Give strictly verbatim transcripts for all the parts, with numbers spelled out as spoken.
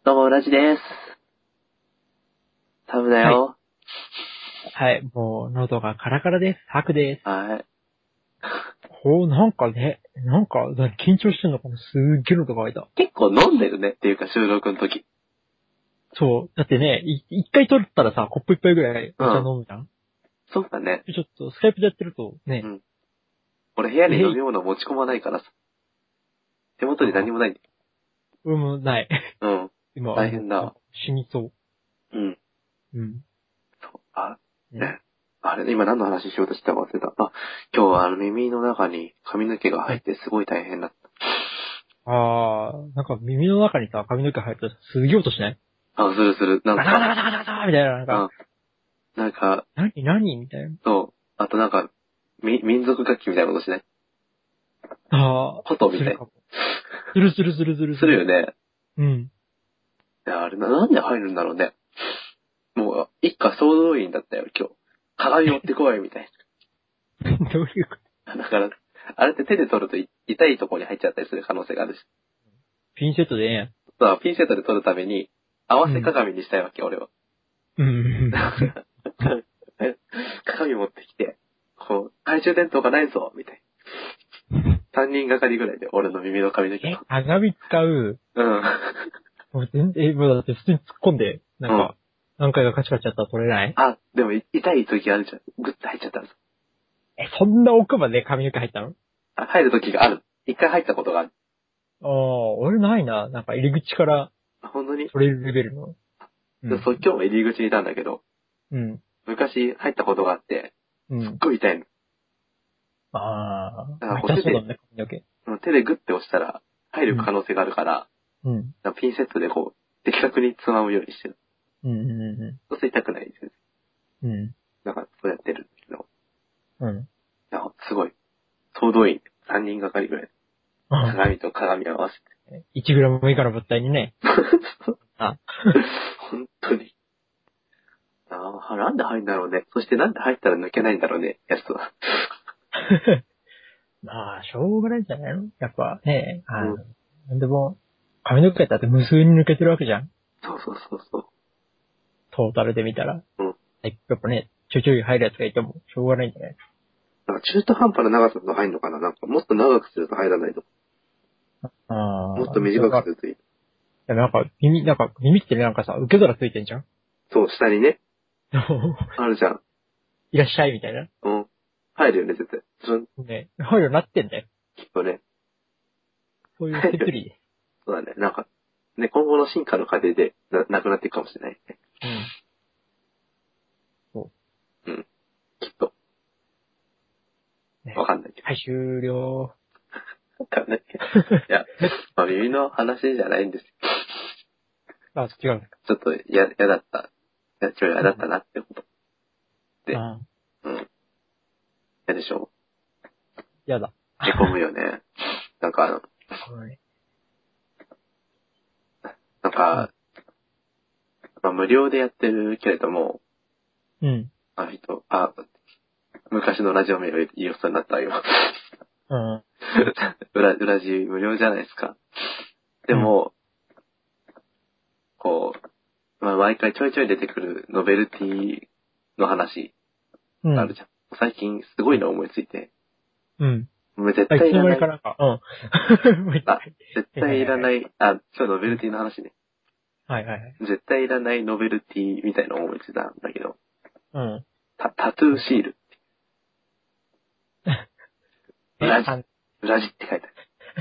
どうも、ラジです。タムだよ。 はい、もう、喉がカラカラです。ハクです。 はい。 ほう、なんかね、なんか、緊張してんのかな、すっげえ喉が開いた。 結構飲んでるねっていうか、収録の時。 そう。だってね、い一回撮ったらさ、コップ一杯ぐらいお茶うん。 飲むじゃん。 そうだね。 でちょっと、スカイプでやってると、ね、 うん。俺部屋にえい、 飲み物持ち込まないからさ。手元にあ、 何もない。 うん、もうない。 うん。 今、もう、 大変だわ。 なんか死にそうん。 う。うん。 そう。あ、 ね。 ね。あれ、今何の話しようとしたか忘れた。あ、今日はあの耳の中に髪の毛がはい。 入ってすごい大変だっあー、なんか耳の中にさ、髪の毛入るとすげえ音しない？ た。あ、するする。なんガタガタか、 ガタガタガタみたいな、なんか、 うん。なんか、 何何みたいな。 そう。あとなんか、み、民族楽器みたいなことしない？ あー、 琴みたい。 するかも。するするするするすする。 るよね。 うん。 いや、あれな、なんで入るんだろうね。もう、一家総動員だったよ、今日。鏡持ってこい、みたいどういうこな。だから、あれって手で取るとい痛いところに入っちゃったりする可能性があるし。 ピンセットでええやん。 まあ、ピンセットで取るために、合わせうん。 鏡にしたいわけ、俺は。 うん。 鏡持ってきて、こう、懐中電灯がないぞ、みたいな。三人がかりぐらいで、俺の耳の髪の毛え、 と。 鏡使う。 うん。 もう全然、え、もうだって普通に突っ込んで、なんうん。 か、何回かカチカチやったら取れない？ あ、でも、い痛い時あるじゃん。グッと入っちゃったんです。 え、そんな奥まで髪の毛入ったの？ あ、入る時がある。一回入ったことがある。 ああ、俺ないな。なんか入り口からあ、本当に？ 取れるレベルの。うん。 そう、今日も入り口にいたんだけど、 うん。 昔入ったことがあって、すっうん。 ごい痛いの。 ああ、 だからまあこう手で、 痛そうだね、髪の毛。 手でグッて押したら入うん。 る可能性があるから、 うん。 ピンセットでこう、的確につまむようにしてる。 うん。うそうすると痛くないです。 ん。うん。 だからそうやってるんですけど、 うん。 いや、すごい。総動員、さんにんがかりぐらい。 うん。 鏡と鏡合わせいちグラム以下の物体にね。 て。 あ。 本当に。ああ、なんで入るんだろうね。そしてなんで入ったら抜けないんだろうね、やつは。 まあ、しょうがないんじゃないの？やっぱね、あの、 うん。 なんでも、髪の毛だって無数に抜けてるわけじゃん。 そうそうそうそトータルで見たら。 う。うん。 やっぱね、ちょいちょい入るやつがいても、しょうがないんじゃない？ なんか中途半端な長さの入るのかな。なんかもっと長くすると入らないと。もっとああ、それは、 短くするといい。 でもなんか、耳、なんか、耳ってなんかさ、受け皿ついてんじゃん。 そう、下にね。あるじゃん。 いらっしゃいみたいな。 うん。入るよね、絶対。そのね、入るようになってんだよ。 きっとね。 そういう入る。 設備で。 そうだね。なんか、ね、今後の進化の過程でな、なくなっていくかもしれないね。 うん。そうん。きっと。 う。ね。 わかんないけど。 はい、終了。 わかんないけど。いや、まあ、耳の話じゃないんですよ。 あ、違うんですか。 ちょっと、や、やだった。いや、ちょ、やだったなってこと。で、 ああ、 うん。やでしょ？ やだ。 へこむよね。なんかあの、 はい。 なんか、まあ、無料でやってるけれども、 うん。 あの人、あ、昔のラジオメール言いそうになったわ、今。 うん。 裏、裏地無料じゃないですか。でも、こう、まあ、毎回ちょいちょい出てくるノベルティの話うん。 があるじゃん。最近すごいの思いついて。 うん。 もう絶あ、いつの対いらない。 間にかなんか、うん。もう一あ、 回。 絶はいはいはい。 対いらない。あ、今日ノベうん。 ルティの話ね。 はいはいはい。 絶対いらないノベルティみたいなのを思いついたんだけど。 うん。 タ、タトゥーなんか、 シール。 え、 裏地。 あ、 裏地って書いて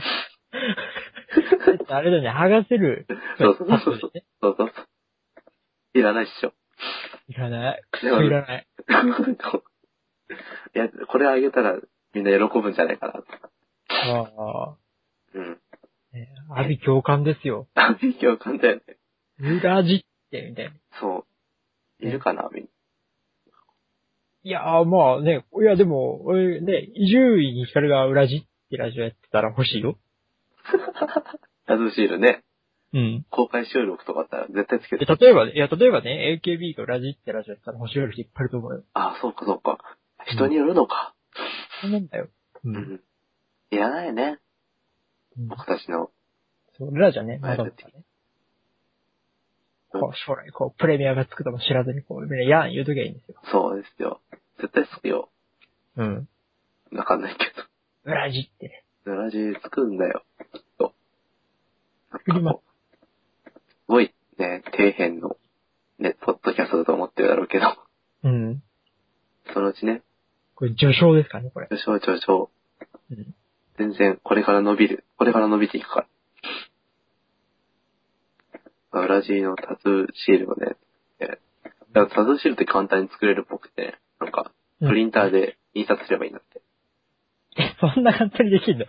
それってあれだね、剥がせるある。そうそうタそうそう。 トゥーですね。 そうそうそう。いらないっしょ。 いらない。くっでも、 そいらない。 いや、これあげたらみんな喜ぶんじゃないかな。 ああ、 うん。 ね、阿鼻共感ですよ。 あ、勉強簡単だよね。 裏地って、みたいな。 そう。いるね。 かな、みんな。 いやー、まあね、いやでも、俺ね、伊集院光が裏地ってラジオやってたら欲しいよ。 タトゥーシールね。 うん。 公開収録とかあったら絶対つけで、 る。 例えばね、いや、例えばね、エーケービー が裏地ってラジオやってたら欲しい人いっぱいいると思うよ。 あ、そうかそうか。 うん。 人によるのか。 そうなんだよ。うん。 うん。いらないね。 うん。 僕たちのそう、俺らじゃね、 ライブって。 まだまだね。 こう、将来、こう、プレミアがつくとも知らずに、こう、みんなやん言うときゃいいんですよ。 そうですよ。絶対つくよ。 うん。 わかんないけど。 裏地ってね。 裏地つくんだよ。きっと。 作ります。 すごいね、底辺の、ね、ポッドキャストだと思ってるだろうけど。 うん。そのうちね。 これ序章ですかね、これ。 序章序章。 うん。 全然、これから伸びる。これから伸びていくから。裏地のタトゥーシールをね、えタトゥーシールって簡単に作れるっぽくて、なんか、プリンターで印刷すればいいんだって。 え、そんな簡単にできるの？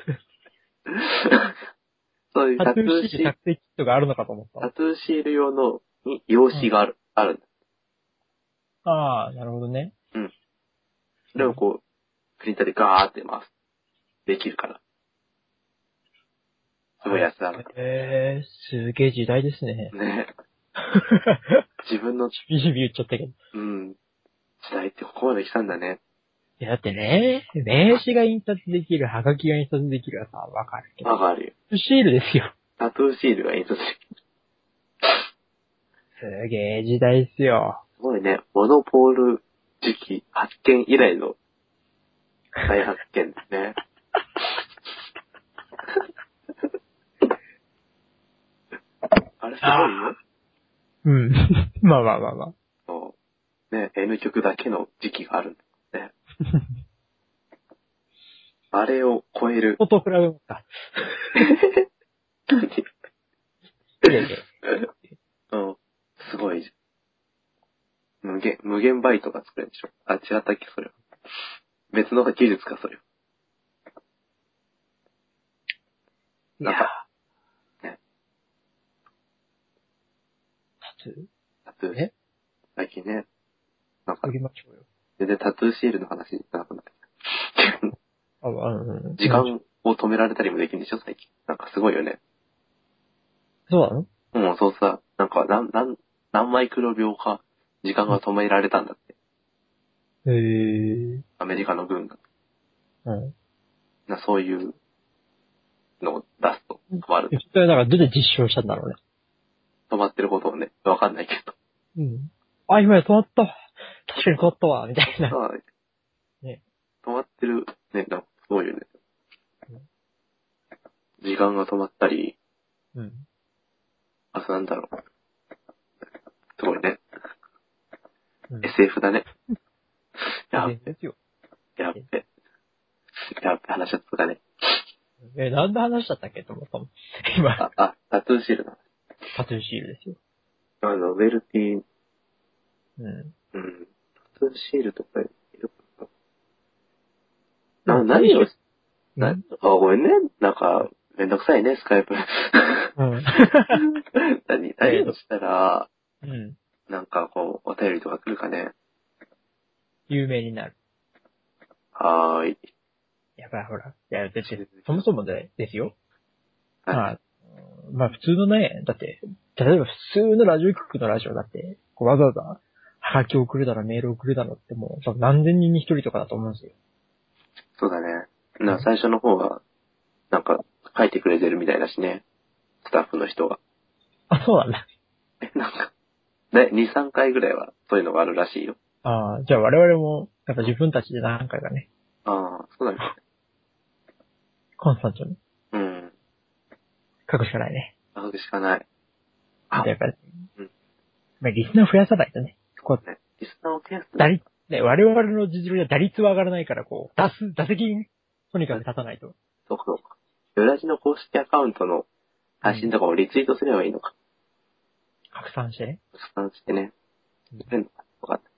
そういうタトゥーシール作成キットがあるのかと思った。 タトゥーシール用のに用紙がある、うん、あるんだ。 ああ、なるほどね。 うん。それをこう、プリンターでガーって回す。できるから。すごいやつだな。 へえー、すげえ時代ですね。 ね自分の、 ビビビ言っちゃったけど。 うん。時代ってここまで来たんだね。 いや、だってね、名刺が印刷できる、ハガキが印刷できるはさ、わかるけど。 わかるよ。 シールですよ。 タトゥーシールが印刷できる。 すげえ時代っすよ。 すごいね。モノポール時期発見以来の大発見ですね。あれすごいよ。 うん。まあまあまあまあ。 そう。ね、N 曲だけの時期があるんだね。あれを超える。 音比べますか。 何いやいや。 うん。すごいじゃん。無限、無限バイトが作れるんでしょ。あ、違ったっけ、それは。別の技術か、それは。なんか、ね。 タトゥータトゥー。 え最近ね。なんか、 作りましょうよ。 全然タトゥーシールの話じゃなくなって。 あ、あの、 時間を止められたりもできるんでしょ、最近。なんかすごいよね。 そうなの？ もうそうさ、なんか何、何、何マイクロ秒か時間が止められたんだって。 へえ。 アメリカの軍が。 うん。 な、そういうのを出すと止まる。 それだからどうやって実証したんだろうね。 止まってることをね、わかんないけど。 うん。あ、今や止まった。確かに止まったわ、みたいな。 はい。 ね。 止まってる、ね、なんかすごいよね。時間が止まったり、 うん。 あとなんだろう。すごいね。 うん、 エスエフ だね。やっべ。 ですよ。 やっべ。やっべ、話しちゃったね。 え、なんで話しちゃったっけと思ったもん。今。 あ、あ、タトゥーシールだ。 タトゥーシールですよ。 あの、ウェルティ、 うん。 うん。タトゥーシールとかいるかな。な、 うん何を、な、 うんあ、ごめんね。なんか、めんどくさいね、スカイプ。 うん。 何、何をしたら、 うん。 なんかこう、お便りとか来るかね。 有名になる。 はーい。 やっぱりほら。いや、だって、そもそもで、ですよ。 はい。 まあ、まあ普通のね、だって、例えば普通のラジオ局のラジオだって、こうわざわざ、はがきを送るだろ、メールを送るだろってもう、多分何千人に一人とかだと思うんですよ。 そうだね。な、最初の方は、なんか、書いてくれてるみたいだしね。スタッフの人が。 あ、そうなんだ。 え、なんか、で、に、さんかいぐらいは、そういうのがあるらしいよ。 ああ、じゃあ我々も、やっぱ自分たちで何回かね、 ああ、そうだね。 コンスタントにうん。 書くしかないね。 書くしかない。あ、 やっぱり、 うん。 まあ、リスナー増やさないとね。こう、 ね、リスナーを増やす。 打率、ね、我々の実力で打率は上がらないから、こう、出す、打席に、とにかく立たないと。 そうかそうか。ヨラジの公式アカウントの配信とかをリツイートすればいいのか。 拡散してね。 拡散してね。うん。わかった。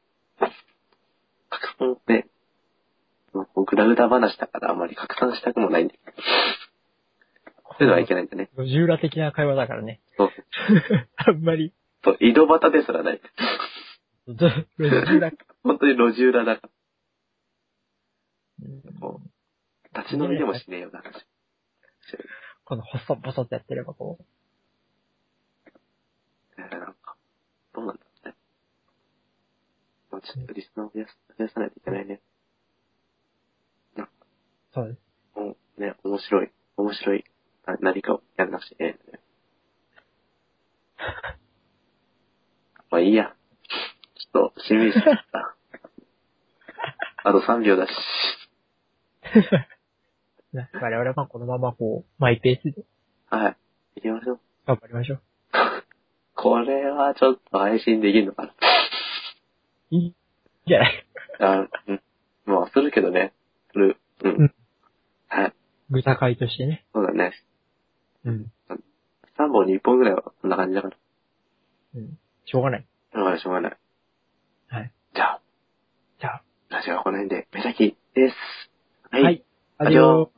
拡散って、まあ、グダグダ話だからあまり拡散したくもないんで。そういうのはいけないんだね。 路地裏的な会話だからね。 そう。 あんまり。 そう、井戸端ですらない。 路地裏。 本当に路地裏だから。 うん、 こう、立ち飲みでもしねえよな話。 この細っ細ってやってればこう。 えー、なんか、どうなんだろうね。まあ、ちょっとリスナーを増やす、増やさないといけないね。なんか、 そうです。 もうね、面白い、面白い、な何かをやらなくちゃいけないんだね。 あいいや。ちょっと、しんみりしちゃった。あとさんびょうだし。 ね我々はこのままこう、マイペースではい。行きましょう。 頑張りましょう。 これはちょっと配信できるのかな。 いいんじゃないあうん。まあ、するけどね。する。うん。 うん。 はい。 具体会としてね。 そうだね。 うん。 さんぼんにいっぽんぐらいはこんな感じだから。 うん。しょうがない。 しょうがない、しょうがない。 はい。 じゃあ、 じゃあ。 ラジオはこの辺で、目先です。はい。 はい。アアディオディオ